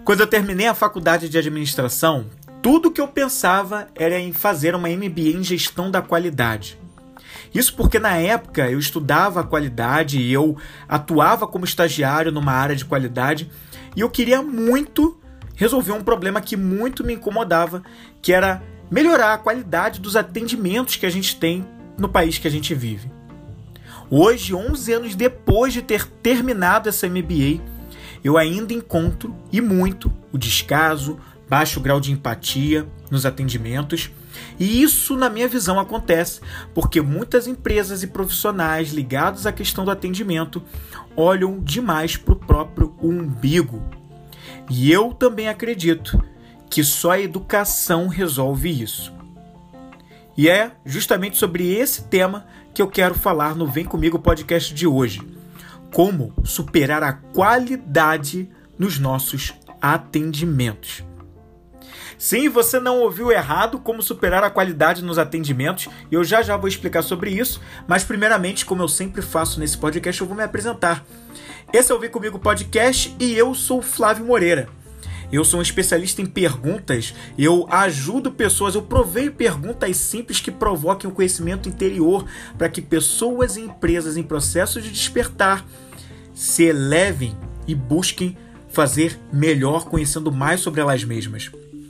Quando eu terminei a faculdade de administração, tudo que eu pensava era em fazer uma MBA em gestão da qualidade. Isso porque na época eu estudava a qualidade e eu atuava como estagiário numa área de qualidade e eu queria muito resolver um problema que muito me incomodava, que era melhorar a qualidade dos atendimentos que a gente tem no país que a gente vive. Hoje, 11 anos depois de ter terminado essa MBA, eu ainda encontro, e muito, o descaso, baixo grau de empatia nos atendimentos. E isso, na minha visão, acontece porque muitas empresas e profissionais ligados à questão do atendimento olham demais para o próprio umbigo. E eu também acredito que só a educação resolve isso. E é justamente sobre esse tema que eu quero falar no Vem Comigo podcast de hoje. Como superar a qualidade nos nossos atendimentos. Sim, você não ouviu errado, como superar a qualidade nos atendimentos. Eu já vou explicar sobre isso, mas primeiramente, como eu sempre faço nesse podcast, eu vou me apresentar. Esse é o Vem Comigo podcast e eu sou Flávio Moreira. Eu sou um especialista em perguntas, eu ajudo pessoas, eu proveio perguntas simples que provoquem o conhecimento interior para que pessoas e empresas em processo de despertar se elevem e busquem fazer melhor, conhecendo mais sobre elas mesmas.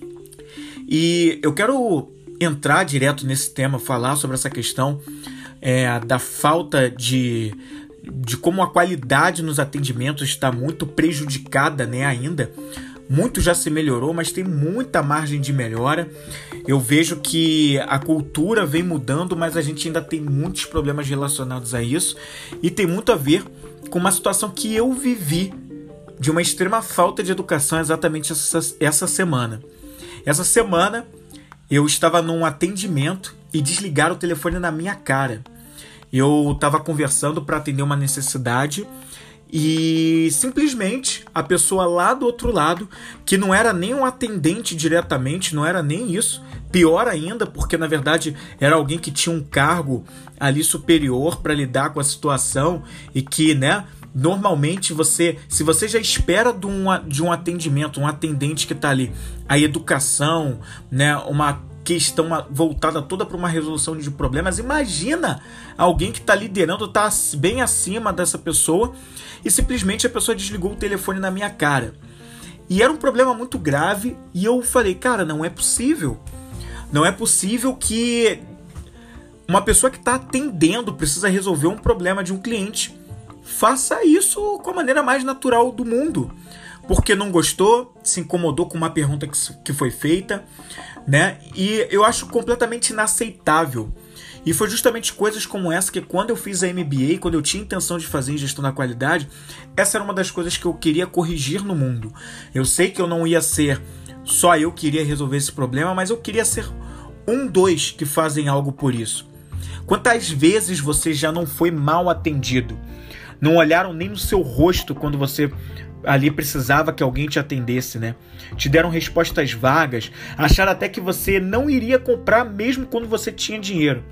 E eu quero entrar direto nesse tema, falar sobre essa questão da falta de como a qualidade nos atendimentos está muito prejudicada, né, ainda. Muito já se melhorou, mas tem muita margem de melhora. Eu vejo que a cultura vem mudando, mas a gente ainda tem muitos problemas relacionados a isso. E tem muito a ver com uma situação que eu vivi de uma extrema falta de educação exatamente essa semana. Essa semana eu estava num atendimento e desligaram o telefone na minha cara. Eu estava conversando para atender uma necessidade e simplesmente a pessoa lá do outro lado, que não era nem um atendente diretamente, não era nem isso, pior ainda, porque na verdade era alguém que tinha um cargo ali superior para lidar com a situação e que, né, normalmente se você já espera de um atendimento, um atendente que está ali, a educação, né, uma questão voltada toda para uma resolução de problemas, imagina alguém que está liderando, está bem acima dessa pessoa e simplesmente a pessoa desligou o telefone na minha cara. E era um problema muito grave e eu falei, cara, não é possível. Não é possível que uma pessoa que está atendendo, precisa resolver um problema de um cliente, faça isso com a maneira mais natural do mundo. Porque não gostou, se incomodou com uma pergunta que foi feita, né? E eu acho completamente inaceitável. E foi justamente coisas como essa que quando eu fiz a MBA, quando eu tinha intenção de fazer em gestão da qualidade, essa era uma das coisas que eu queria corrigir no mundo. Eu sei que eu não ia ser só eu que iria resolver esse problema, mas eu queria ser dois que fazem algo por isso. Quantas vezes você já não foi mal atendido? Não olharam nem no seu rosto quando você ali precisava que alguém te atendesse, né? Te deram respostas vagas, acharam até que você não iria comprar mesmo quando você tinha dinheiro.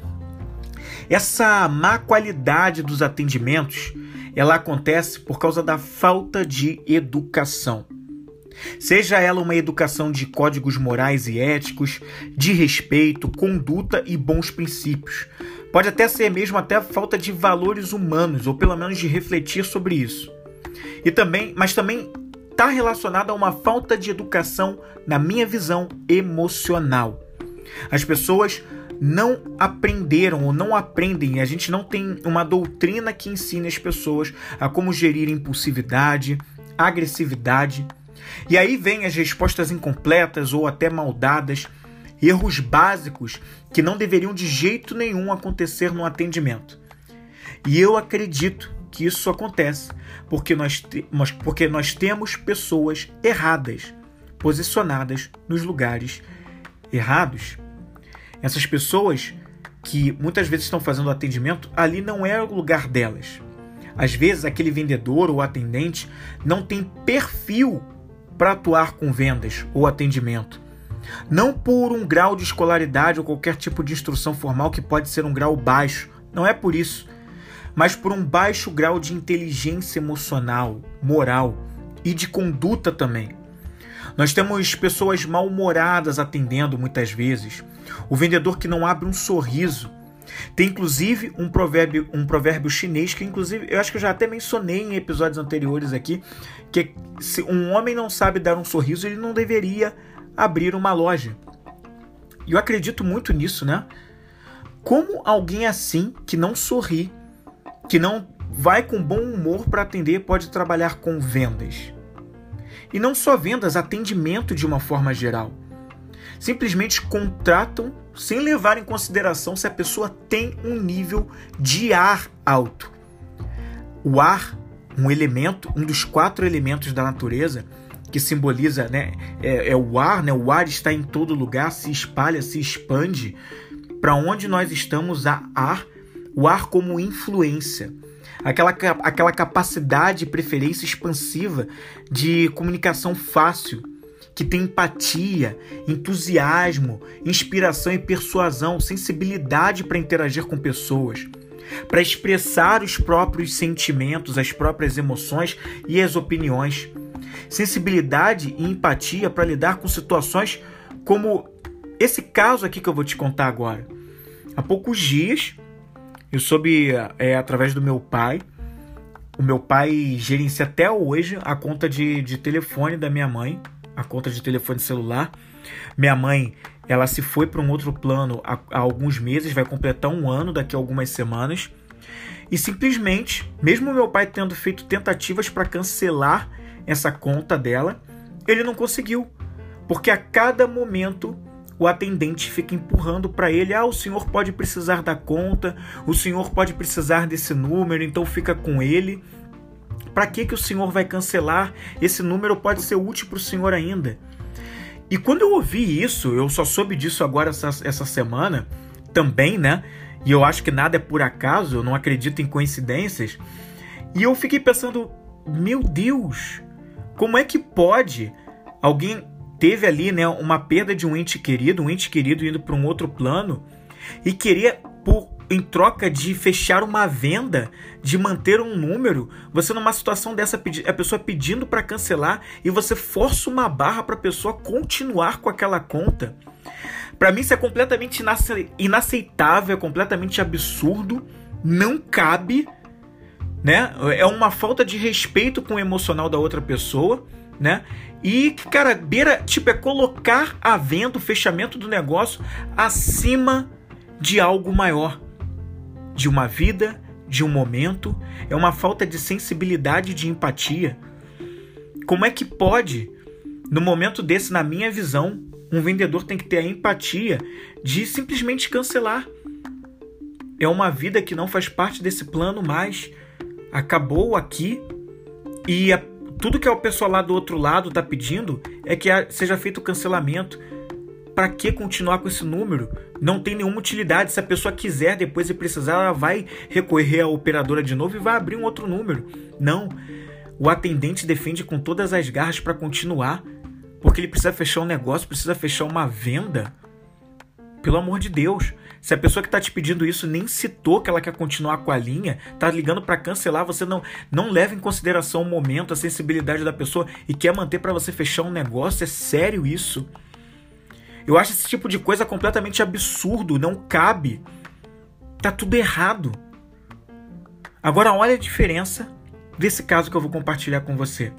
Essa má qualidade dos atendimentos, ela acontece por causa da falta de educação. Seja ela uma educação de códigos morais e éticos, de respeito, conduta e bons princípios. Pode até ser mesmo até a falta de valores humanos, ou pelo menos de refletir sobre isso. Mas também está relacionado a uma falta de educação, na minha visão, emocional. As pessoas não aprenderam ou não aprendem, a gente não tem uma doutrina que ensine as pessoas a como gerir impulsividade, agressividade. E aí vem as respostas incompletas ou até mal dadas, erros básicos que não deveriam de jeito nenhum acontecer no atendimento. E eu acredito que isso acontece porque nós temos pessoas erradas, posicionadas nos lugares errados. Essas pessoas que muitas vezes estão fazendo o atendimento, ali não é o lugar delas. Às vezes aquele vendedor ou atendente não tem perfil para atuar com vendas ou atendimento. Não por um grau de escolaridade ou qualquer tipo de instrução formal que pode ser um grau baixo, não é por isso, mas por um baixo grau de inteligência emocional, moral e de conduta também. Nós temos pessoas mal-humoradas atendendo muitas vezes. O vendedor que não abre um sorriso. Tem inclusive um provérbio chinês que inclusive eu acho que eu já até mencionei em episódios anteriores aqui, que se um homem não sabe dar um sorriso, ele não deveria abrir uma loja. E eu acredito muito nisso, né? Como alguém assim, que não sorri, que não vai com bom humor para atender, pode trabalhar com vendas? E não só vendas, atendimento de uma forma geral. Simplesmente contratam sem levar em consideração se a pessoa tem um nível de ar alto. O ar, um dos 4 elementos da natureza, que simboliza, né, é o ar, né? O ar está em todo lugar, se espalha, se expande. Para onde nós estamos, há ar, o ar como influência. Aquela capacidade e preferência expansiva de comunicação fácil, que tem empatia, entusiasmo, inspiração e persuasão, sensibilidade para interagir com pessoas, para expressar os próprios sentimentos, as próprias emoções e as opiniões. Sensibilidade e empatia para lidar com situações como esse caso aqui que eu vou te contar agora. Há poucos dias, eu soube através do meu pai. O meu pai gerencia até hoje a conta de telefone da minha mãe, a conta de telefone celular. Minha mãe, ela se foi para um outro plano há alguns meses, vai completar 1 ano daqui a algumas semanas. E simplesmente, mesmo meu pai tendo feito tentativas para cancelar essa conta dela, ele não conseguiu. Porque a cada momento o atendente fica empurrando para ele: o senhor pode precisar da conta, o senhor pode precisar desse número, então fica com ele. Para que o senhor vai cancelar? Esse número pode ser útil para o senhor ainda. E quando eu ouvi isso, eu só soube disso agora essa semana também, né? E eu acho que nada é por acaso, eu não acredito em coincidências. E eu fiquei pensando, meu Deus, como é que pode alguém teve ali, né, uma perda de um ente querido indo para um outro plano e querer, em troca de fechar uma venda, de manter um número, você numa situação dessa, a pessoa pedindo para cancelar e você força uma barra para a pessoa continuar com aquela conta. Para mim isso é completamente inaceitável, é completamente absurdo, não cabe, né? É uma falta de respeito com o emocional da outra pessoa, né? E, cara, é colocar a venda, o fechamento do negócio acima de algo maior, de uma vida, de um momento. É uma falta de sensibilidade, de empatia. Como é que pode, no momento desse, na minha visão, um vendedor tem que ter a empatia de simplesmente cancelar? É uma vida que não faz parte desse plano mais. Acabou aqui e tudo que o pessoal lá do outro lado está pedindo é que seja feito o cancelamento. Para que continuar com esse número? Não tem nenhuma utilidade. Se a pessoa quiser depois e precisar, ela vai recorrer à operadora de novo e vai abrir um outro número. Não. O atendente defende com todas as garras para continuar, porque ele precisa fechar um negócio, precisa fechar uma venda. Pelo amor de Deus. Se a pessoa que está te pedindo isso nem citou que ela quer continuar com a linha, está ligando para cancelar, você não leva em consideração o momento, a sensibilidade da pessoa e quer manter para você fechar um negócio. É sério isso? Eu acho esse tipo de coisa completamente absurdo, não cabe. Tá tudo errado. Agora olha a diferença desse caso que eu vou compartilhar com você.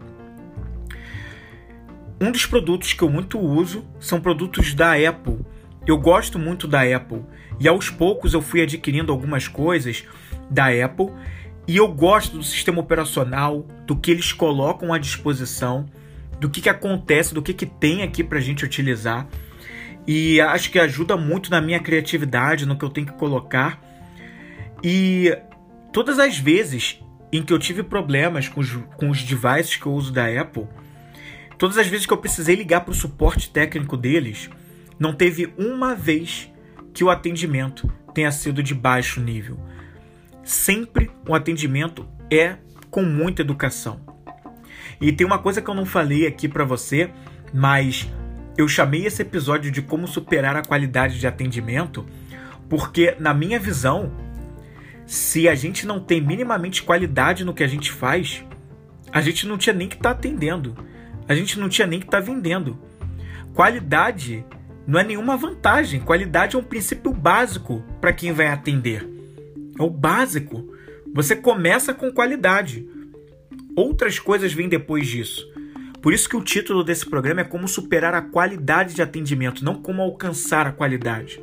Um dos produtos que eu muito uso são produtos da Apple. Eu gosto muito da Apple e aos poucos eu fui adquirindo algumas coisas da Apple e eu gosto do sistema operacional, do que eles colocam à disposição, do que acontece, do que tem aqui pra gente utilizar, e acho que ajuda muito na minha criatividade, no que eu tenho que colocar. E todas as vezes em que eu tive problemas com os devices que eu uso da Apple, todas as vezes que eu precisei ligar para o suporte técnico deles, não teve uma vez que o atendimento tenha sido de baixo nível. Sempre o atendimento é com muita educação. E tem uma coisa que eu não falei aqui para você, mas eu chamei esse episódio de como superar a qualidade de atendimento, porque na minha visão, se a gente não tem minimamente qualidade no que a gente faz, a gente não tinha nem que estar atendendo. A gente não tinha nem que estar vendendo. Qualidade não é nenhuma vantagem. Qualidade é um princípio básico para quem vai atender. É o básico. Você começa com qualidade. Outras coisas vêm depois disso. Por isso que o título desse programa é como superar a qualidade de atendimento, não como alcançar a qualidade.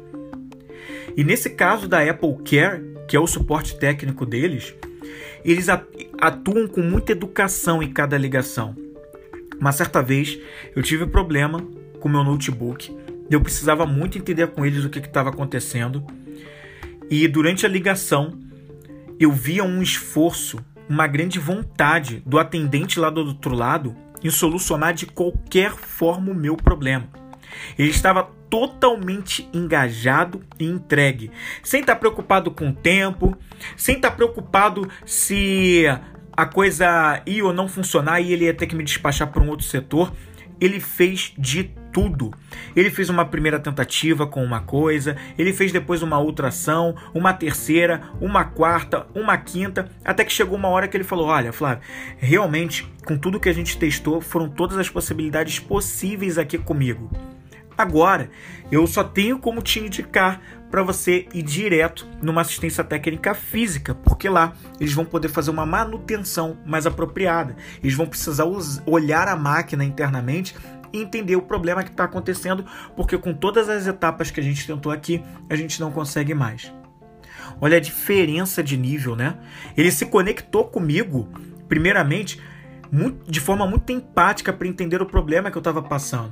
E nesse caso da Apple Care, que é o suporte técnico deles, eles atuam com muita educação em cada ligação. Uma certa vez eu tive um problema com o meu notebook, eu precisava muito entender com eles o que estava acontecendo, e durante a ligação eu via um esforço, uma grande vontade do atendente lá do outro lado em solucionar de qualquer forma o meu problema. Ele estava totalmente engajado e entregue, sem estar preocupado com o tempo, sem estar preocupado se a coisa ia ou não funcionar e ele ia ter que me despachar para um outro setor. Ele fez de tudo. Ele fez uma primeira tentativa com uma coisa, ele fez depois uma outra ação, uma terceira, uma quarta, uma quinta, até que chegou uma hora que ele falou: olha, Flávio, realmente, com tudo que a gente testou, foram todas as possibilidades possíveis aqui comigo. Agora, eu só tenho como te indicar para você ir direto numa assistência técnica física, porque lá eles vão poder fazer uma manutenção mais apropriada. Eles vão precisar olhar a máquina internamente e entender o problema que está acontecendo, porque com todas as etapas que a gente tentou aqui, a gente não consegue mais. Olha a diferença de nível, né? Ele se conectou comigo, primeiramente, de forma muito empática para entender o problema que eu estava passando.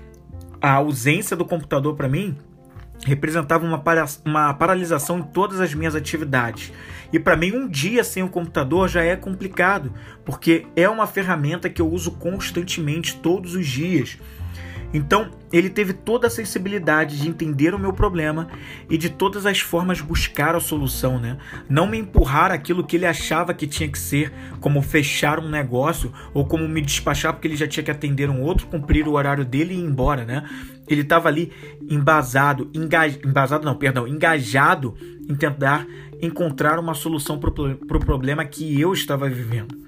A ausência do computador para mim representava uma paralisação em todas as minhas atividades. E para mim, um dia sem o computador já é complicado, porque é uma ferramenta que eu uso constantemente, todos os dias. Então, ele teve toda a sensibilidade de entender o meu problema e de todas as formas buscar a solução, né? Não me empurrar aquilo que ele achava que tinha que ser, como fechar um negócio ou como me despachar porque ele já tinha que atender um outro, cumprir o horário dele e ir embora, né? Ele estava ali engajado em tentar encontrar uma solução para o problema que eu estava vivendo.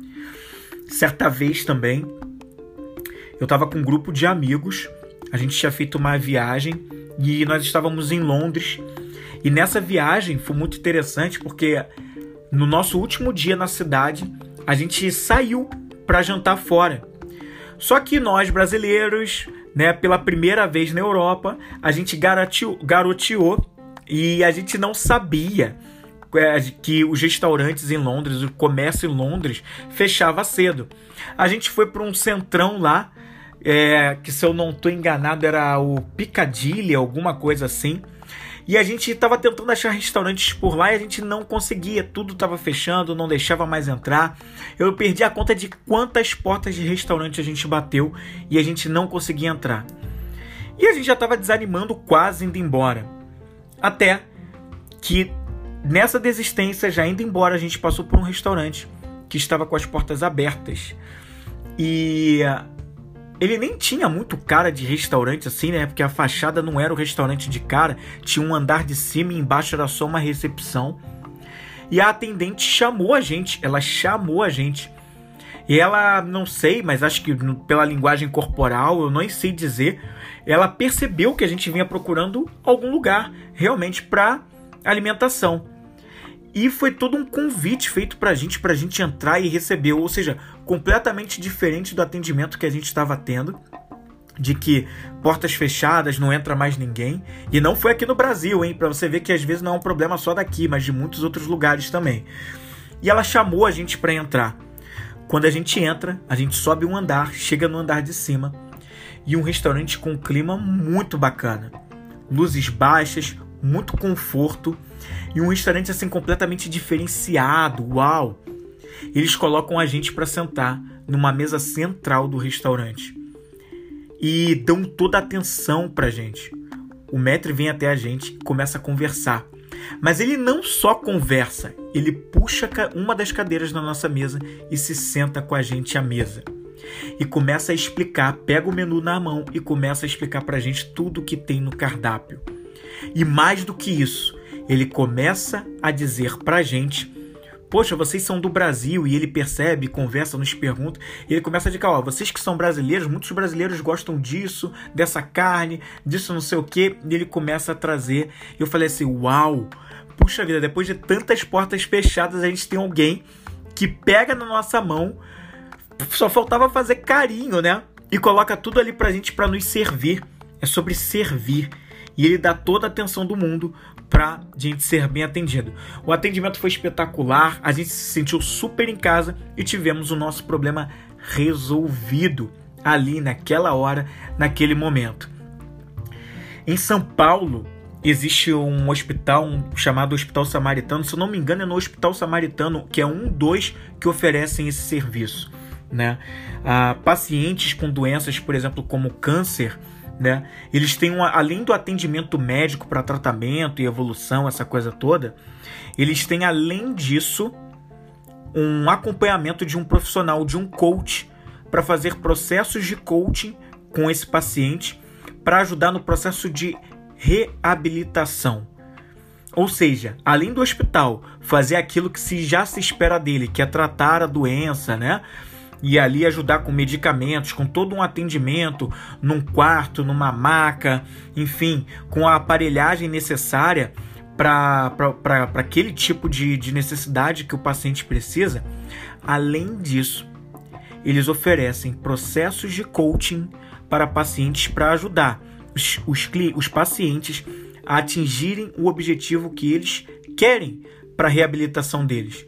Certa vez também, eu estava com um grupo de amigos, a gente tinha feito uma viagem e nós estávamos em Londres. E nessa viagem foi muito interessante porque no nosso último dia na cidade, a gente saiu para jantar fora. Só que nós brasileiros, né, pela primeira vez na Europa, a gente garoteou e a gente não sabia que os restaurantes em Londres, o comércio em Londres, fechava cedo. A gente foi para um centrão lá, que se eu não estou enganado era o Piccadilly, alguma coisa assim. E a gente estava tentando achar restaurantes por lá e a gente não conseguia. Tudo estava fechando, não deixava mais entrar. Eu perdi a conta de quantas portas de restaurante a gente bateu e a gente não conseguia entrar. E a gente já estava desanimando, quase indo embora. Até que nessa desistência, já indo embora, a gente passou por um restaurante que estava com as portas abertas. E ele nem tinha muito cara de restaurante assim, né? Porque a fachada não era o restaurante de cara. Tinha um andar de cima e embaixo era só uma recepção. E a atendente chamou a gente. Ela chamou a gente. E ela, não sei, mas acho que pela linguagem corporal, eu não sei dizer, ela percebeu que a gente vinha procurando algum lugar realmente para alimentação. E foi todo um convite feito pra gente entrar e receber, ou seja, completamente diferente do atendimento que a gente estava tendo, de que portas fechadas, não entra mais ninguém. E não foi aqui no Brasil, hein? Pra você ver que às vezes não é um problema só daqui, mas de muitos outros lugares também. E ela chamou a gente para entrar. Quando a gente entra, a gente sobe um andar, chega no andar de cima, e um restaurante com um clima muito bacana. Luzes baixas, muito conforto, e um restaurante assim completamente diferenciado. Uau! Eles colocam a gente para sentar numa mesa central do restaurante e dão toda a atenção pra gente. O maître vem até a gente e começa a conversar. Mas ele não só conversa, ele puxa uma das cadeiras da nossa mesa e se senta com a gente à mesa. E começa a explicar, pega o menu na mão e começa a explicar pra gente tudo que tem no cardápio. E mais do que isso, ele começa a dizer pra gente poxa, vocês são do Brasil, e ele percebe, conversa, nos pergunta, e ele começa a dizer, ó, vocês que são brasileiros, muitos brasileiros gostam disso, dessa carne, disso não sei o quê, e ele começa a trazer, e eu falei assim, uau, puxa vida, depois de tantas portas fechadas, a gente tem alguém que pega na nossa mão, só faltava fazer carinho, né, e coloca tudo ali pra gente, pra nos servir, é sobre servir, e ele dá toda a atenção do mundo pra gente ser bem atendido. O atendimento foi espetacular, a gente se sentiu super em casa e tivemos o nosso problema resolvido ali naquela hora, naquele momento. Em São Paulo existe um hospital chamado Hospital Samaritano, se eu não me engano é no Hospital Samaritano, que é dos que oferecem esse serviço, né? Pacientes com doenças, por exemplo, como câncer, né? Eles têm, além do atendimento médico para tratamento e evolução, essa coisa toda, eles têm, além disso, um acompanhamento de um profissional, de um coach, para fazer processos de coaching com esse paciente, para ajudar no processo de reabilitação. Ou seja, além do hospital fazer aquilo que já se espera dele, que é tratar a doença, né? E ali ajudar com medicamentos, com todo um atendimento num quarto, numa maca, enfim, com a aparelhagem necessária para aquele tipo de necessidade que o paciente precisa. Além disso, eles oferecem processos de coaching para pacientes, para ajudar os pacientes a atingirem o objetivo que eles querem para a reabilitação deles.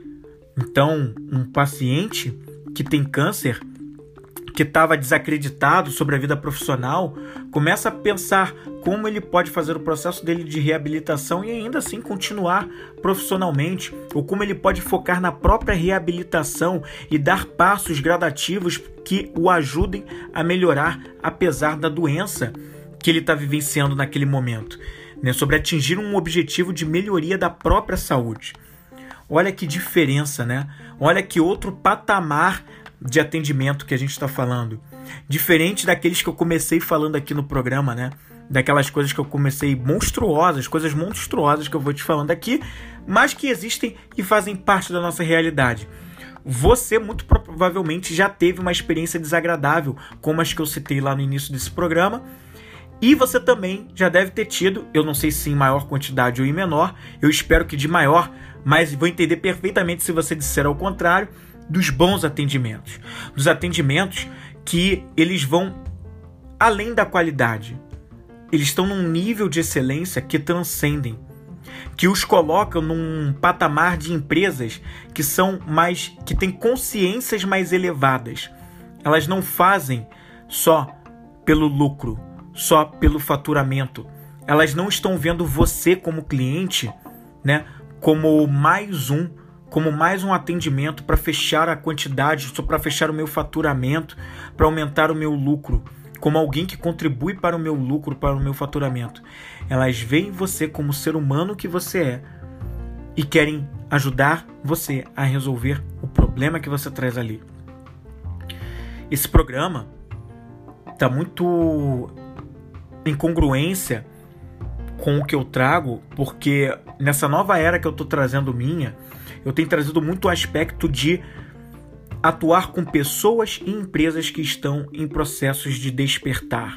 Então, um paciente que tem câncer, que estava desacreditado sobre a vida profissional, começa a pensar como ele pode fazer o processo dele de reabilitação e ainda assim continuar profissionalmente, ou como ele pode focar na própria reabilitação e dar passos gradativos que o ajudem a melhorar apesar da doença que ele está vivenciando naquele momento, né? Sobre atingir um objetivo de melhoria da própria saúde. Olha que diferença, né? Olha que outro patamar de atendimento que a gente está falando. Diferente daqueles que eu comecei falando aqui no programa, né? Daquelas coisas que eu comecei coisas monstruosas que eu vou te falando aqui, mas que existem e fazem parte da nossa realidade. Você muito provavelmente já teve uma experiência desagradável, como as que eu citei lá no início desse programa, e você também já deve ter tido, eu não sei se em maior quantidade ou em menor, eu espero que de maior, mas vou entender perfeitamente se você disser ao contrário, dos bons atendimentos. Dos atendimentos que eles vão além da qualidade. Eles estão num nível de excelência que transcendem, que os colocam num patamar de empresas que têm consciências mais elevadas. Elas não fazem só pelo lucro, só pelo faturamento. Elas não estão vendo você como cliente, né, como mais um atendimento para fechar a quantidade, para fechar o meu faturamento, para aumentar o meu lucro, como alguém que contribui para o meu lucro, para o meu faturamento. Elas veem você como ser humano que você é e querem ajudar você a resolver o problema que você traz ali. Esse programa está muito em congruência com o que eu trago, porque nessa nova era que eu estou trazendo eu tenho trazido muito o aspecto de atuar com pessoas e empresas que estão em processos de despertar.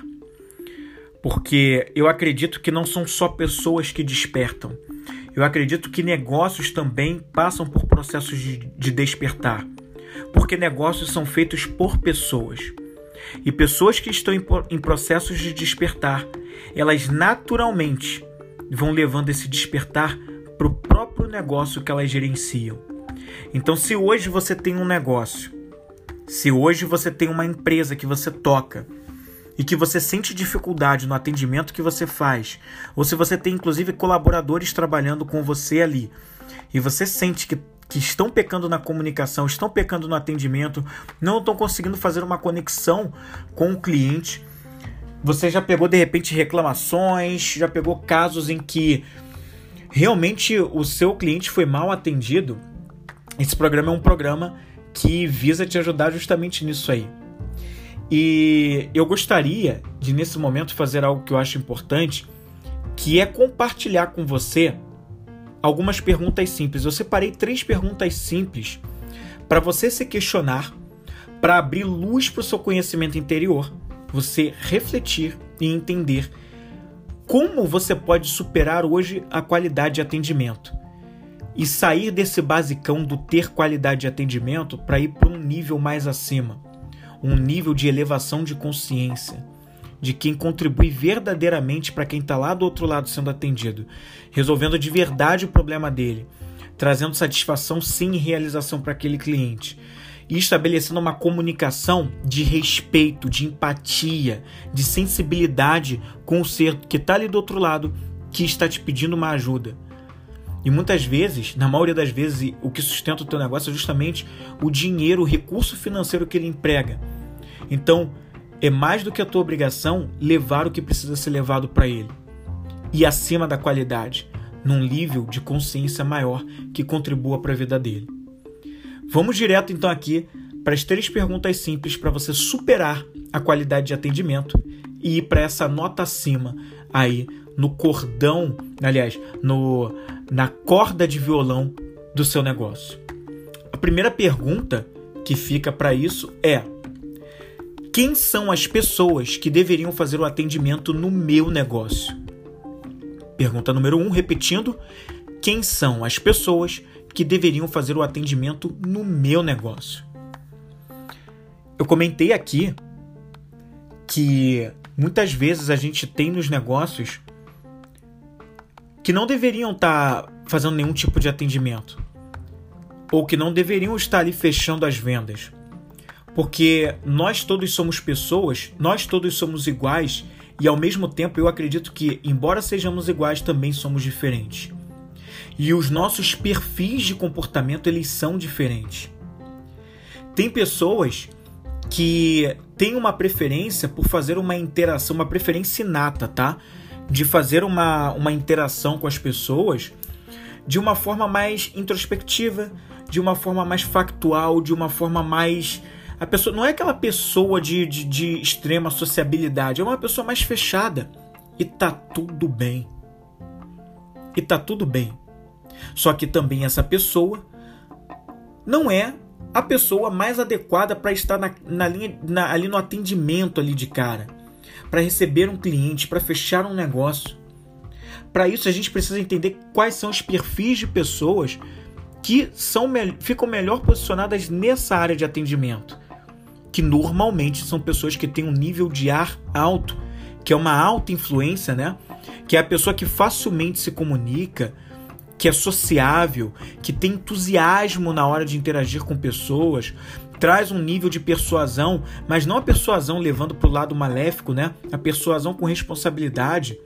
Porque eu acredito que não são só pessoas que despertam. Eu acredito que negócios também passam por processos de despertar. Porque negócios são feitos por pessoas. E pessoas que estão em processos de despertar, elas naturalmente vão levando esse despertar para o próprio negócio que elas gerenciam. Então, se hoje você tem um negócio, se hoje você tem uma empresa que você toca e que você sente dificuldade no atendimento que você faz, ou se você tem inclusive colaboradores trabalhando com você ali e você sente que estão pecando na comunicação, estão pecando no atendimento, não estão conseguindo fazer uma conexão com o cliente, você já pegou de repente reclamações, já pegou casos em que realmente o seu cliente foi mal atendido. Esse programa é um programa que visa te ajudar justamente nisso aí. E eu gostaria de, nesse momento, fazer algo que eu acho importante, que é compartilhar com você algumas perguntas simples. Eu separei 3 perguntas simples para você se questionar, para abrir luz para o seu conhecimento interior, você refletir e entender como você pode superar hoje a qualidade de atendimento e sair desse basicão do ter qualidade de atendimento para ir para um nível mais acima, um nível de elevação de consciência, de quem contribui verdadeiramente para quem está lá do outro lado sendo atendido, resolvendo de verdade o problema dele, trazendo satisfação sim e realização para aquele cliente e estabelecendo uma comunicação de respeito, de empatia, de sensibilidade com o ser que está ali do outro lado, que está te pedindo uma ajuda. E muitas vezes, na maioria das vezes, o que sustenta o teu negócio é justamente o dinheiro, o recurso financeiro que ele emprega. Então, é mais do que a tua obrigação levar o que precisa ser levado para ele. E acima da qualidade, num nível de consciência maior que contribua para a vida dele. Vamos direto então aqui para as 3 perguntas simples para você superar a qualidade de atendimento e ir para essa nota acima aí no cordão, aliás, na corda de violão do seu negócio. A primeira pergunta que fica para isso é: quem são as pessoas que deveriam fazer o atendimento no meu negócio? Pergunta número 1, repetindo: quem são as pessoas que deveriam fazer o atendimento no meu negócio? Eu comentei aqui que muitas vezes a gente tem nos negócios que não deveriam estar fazendo nenhum tipo de atendimento ou que não deveriam estar ali fechando as vendas, porque nós todos somos pessoas, nós todos somos iguais e ao mesmo tempo eu acredito que, embora sejamos iguais, também somos diferentes. E os nossos perfis de comportamento, eles são diferentes. Tem pessoas que têm uma preferência por fazer uma interação, uma preferência inata, tá? De fazer uma interação com as pessoas de uma forma mais introspectiva, de uma forma mais factual, de uma forma mais... A pessoa não é aquela pessoa de extrema sociabilidade, é uma pessoa mais fechada. E tá tudo bem. E tá tudo bem. Só que também essa pessoa não é a pessoa mais adequada para estar ali no atendimento ali de cara, para receber um cliente, para fechar um negócio. Para isso a gente precisa entender quais são os perfis de pessoas que ficam melhor posicionadas nessa área de atendimento, que normalmente são pessoas que têm um nível de ar alto, que é uma alta influência, né? Que é a pessoa que facilmente se comunica, que é sociável, que tem entusiasmo na hora de interagir com pessoas, traz um nível de persuasão, mas não a persuasão levando para o lado maléfico, né? A persuasão com responsabilidade.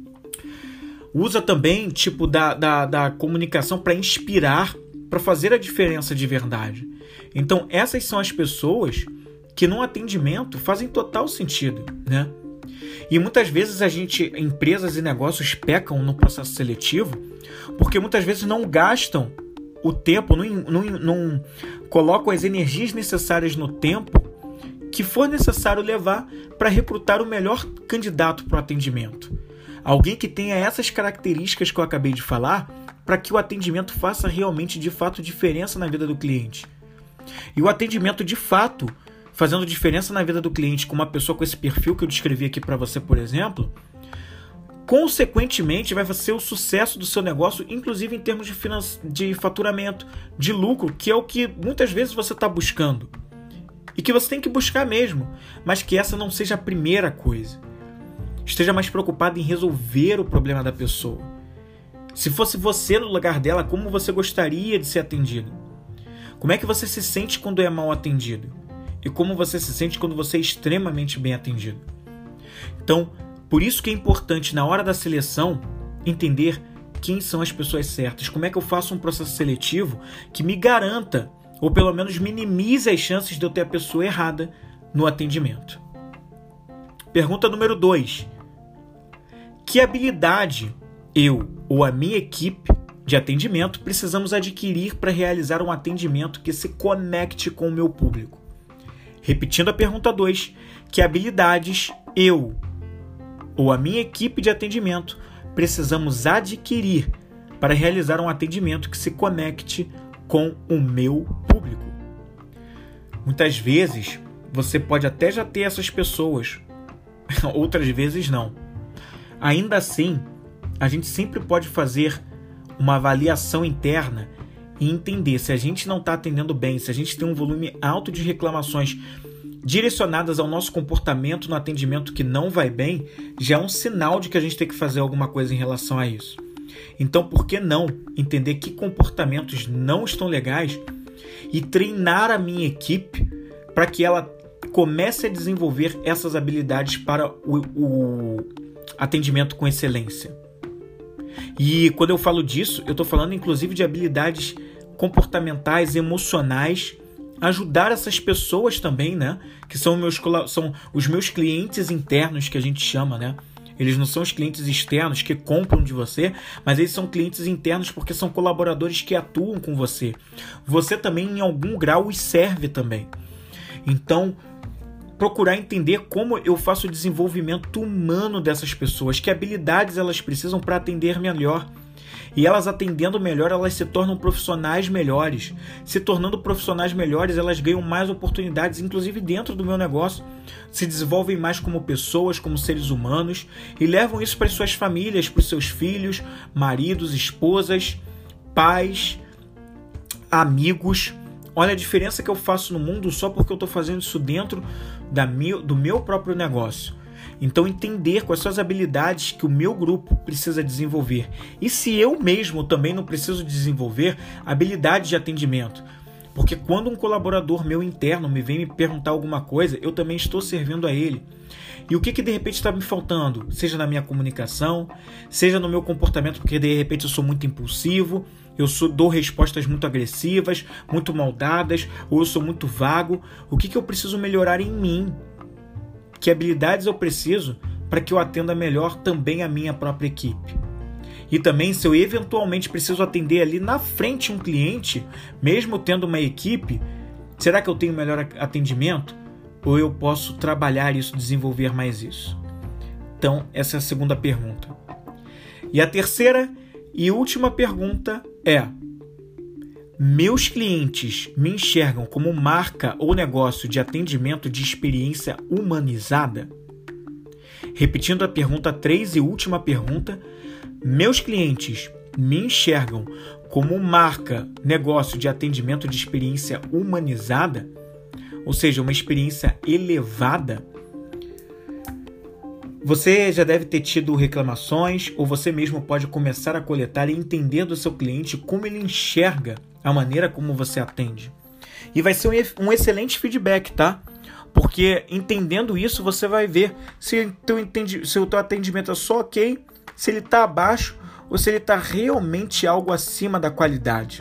Usa também tipo da comunicação para inspirar, para fazer a diferença de verdade. Então essas são as pessoas que no atendimento fazem total sentido, né? E muitas vezes empresas e negócios pecam no processo seletivo porque muitas vezes não gastam o tempo, não colocam as energias necessárias no tempo que for necessário levar para recrutar o melhor candidato para o atendimento. Alguém que tenha essas características que eu acabei de falar para que o atendimento faça realmente, de fato, diferença na vida do cliente. E o atendimento, de fato, fazendo diferença na vida do cliente com uma pessoa com esse perfil que eu descrevi aqui para você, por exemplo, consequentemente vai ser o sucesso do seu negócio, inclusive em termos de faturamento, de lucro, que é o que muitas vezes você está buscando. E que você tem que buscar mesmo, mas que essa não seja a primeira coisa. Esteja mais preocupado em resolver o problema da pessoa. Se fosse você no lugar dela, como você gostaria de ser atendido? Como é que você se sente quando é mal atendido? E como você se sente quando você é extremamente bem atendido? Então, por isso que é importante, na hora da seleção, entender quem são as pessoas certas. Como é que eu faço um processo seletivo que me garanta, ou pelo menos minimize as chances de eu ter a pessoa errada no atendimento. Pergunta número 2. Que habilidade eu ou a minha equipe de atendimento precisamos adquirir para realizar um atendimento que se conecte com o meu público? Repetindo a pergunta 2, que habilidades eu ou a minha equipe de atendimento precisamos adquirir para realizar um atendimento que se conecte com o meu público. Muitas vezes você pode até já ter essas pessoas, outras vezes não. Ainda assim, a gente sempre pode fazer uma avaliação interna e entender se a gente não está atendendo bem, se a gente tem um volume alto de reclamações direcionadas ao nosso comportamento no atendimento que não vai bem, já é um sinal de que a gente tem que fazer alguma coisa em relação a isso. Então, por que não entender que comportamentos não estão legais e treinar a minha equipe para que ela comece a desenvolver essas habilidades para o atendimento com excelência? E quando eu falo disso, eu estou falando inclusive de habilidades comportamentais, emocionais, ajudar essas pessoas também, né? Que são os meus clientes internos, que a gente chama, né? Eles não são os clientes externos que compram de você, mas eles são clientes internos porque são colaboradores que atuam com você. Você também, em algum grau, os serve também. Então, procurar entender como eu faço o desenvolvimento humano dessas pessoas, que habilidades elas precisam para atender melhor. E elas atendendo melhor, elas se tornam profissionais melhores. Se tornando profissionais melhores, elas ganham mais oportunidades, inclusive dentro do meu negócio. Se desenvolvem mais como pessoas, como seres humanos, e levam isso para as suas famílias, para os seus filhos, maridos, esposas, pais, amigos. Olha a diferença que eu faço no mundo só porque eu estou fazendo isso dentro do meu próprio negócio. Então, entender quais são as habilidades que o meu grupo precisa desenvolver. E se eu mesmo também não preciso desenvolver habilidades de atendimento. Porque quando um colaborador meu interno me vem me perguntar alguma coisa, eu também estou servindo a ele. E o que de repente está me faltando? Seja na minha comunicação, seja no meu comportamento, porque de repente eu sou muito impulsivo, dou respostas muito agressivas, muito maldadas, ou eu sou muito vago. O que eu preciso melhorar em mim? Que habilidades eu preciso para que eu atenda melhor também a minha própria equipe? E também, se eu eventualmente preciso atender ali na frente um cliente, mesmo tendo uma equipe, será que eu tenho melhor atendimento? Ou eu posso trabalhar isso, desenvolver mais isso? Então, essa é a segunda pergunta. E a terceira e última pergunta é: meus clientes me enxergam como marca ou negócio de atendimento de experiência humanizada? Repetindo a pergunta 3 e última pergunta, meus clientes me enxergam como marca, negócio de atendimento de experiência humanizada? Ou seja, uma experiência elevada? Você já deve ter tido reclamações, ou você mesmo pode começar a coletar e entender do seu cliente como ele enxerga a maneira como você atende. E vai ser um excelente feedback, tá? Porque entendendo isso, você vai ver se o teu atendimento é só ok, se ele está abaixo ou se ele está realmente algo acima da qualidade.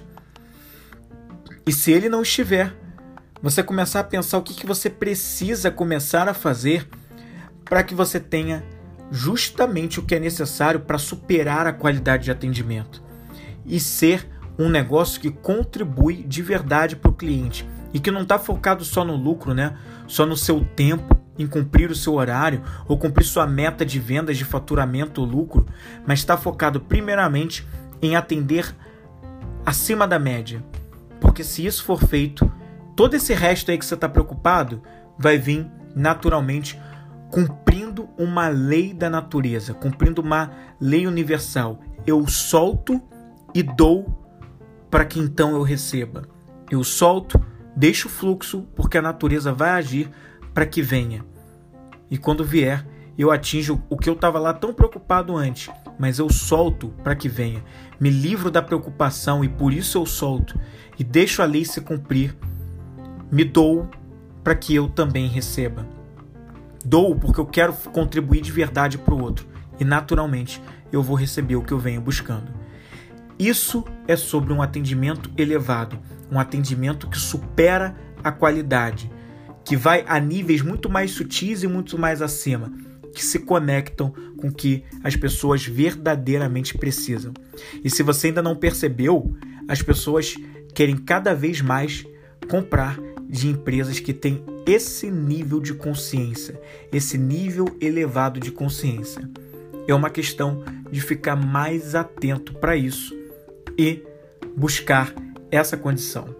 E se ele não estiver, você começar a pensar o que você precisa começar a fazer para que você tenha justamente o que é necessário para superar a qualidade de atendimento e ser um negócio que contribui de verdade para o cliente e que não está focado só no lucro, né? Só no seu tempo, em cumprir o seu horário ou cumprir sua meta de vendas, de faturamento ou lucro, mas está focado primeiramente em atender acima da média. Porque se isso for feito, todo esse resto aí que você está preocupado vai vir naturalmente cumprindo uma lei da natureza, cumprindo uma lei universal. Eu solto e dou para que então eu receba. Eu solto, deixo o fluxo, porque a natureza vai agir para que venha. E quando vier, eu atinjo o que eu estava lá tão preocupado antes, mas eu solto para que venha. Me livro da preocupação e por isso eu solto e deixo a lei se cumprir. Me dou para que eu também receba. Dou porque eu quero contribuir de verdade para o outro e naturalmente eu vou receber o que eu venho buscando. Isso é sobre um atendimento elevado, um atendimento que supera a qualidade, que vai a níveis muito mais sutis e muito mais acima, que se conectam com o que as pessoas verdadeiramente precisam. E se você ainda não percebeu, as pessoas querem cada vez mais comprar de empresas que têm esse nível de consciência, esse nível elevado de consciência. É uma questão de ficar mais atento para isso e buscar essa condição.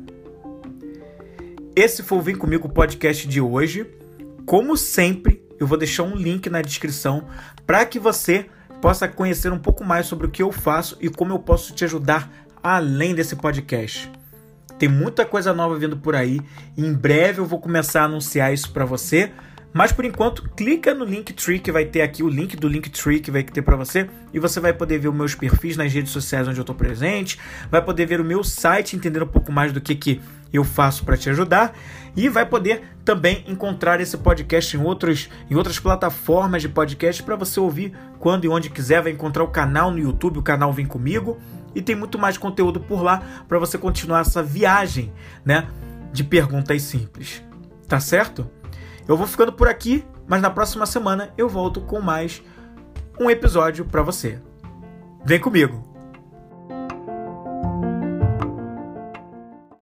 Esse foi o Vem Comigo podcast de hoje. Como sempre, eu vou deixar um link na descrição para que você possa conhecer um pouco mais sobre o que eu faço e como eu posso te ajudar além desse podcast. Tem muita coisa nova vindo por aí. Em breve eu vou começar a anunciar isso para você. Mas por enquanto, clica no Linktree que vai ter aqui, o link do Linktree que vai ter para você, e você vai poder ver os meus perfis nas redes sociais onde eu estou presente, vai poder ver o meu site, entender um pouco mais do que eu faço para te ajudar, e vai poder também encontrar esse podcast em outras plataformas de podcast para você ouvir quando e onde quiser. Vai encontrar o canal no YouTube, o canal Vem Comigo, e tem muito mais conteúdo por lá para você continuar essa viagem, né, de perguntas simples. Tá certo? Eu vou ficando por aqui, mas na próxima semana eu volto com mais um episódio para você. Vem comigo!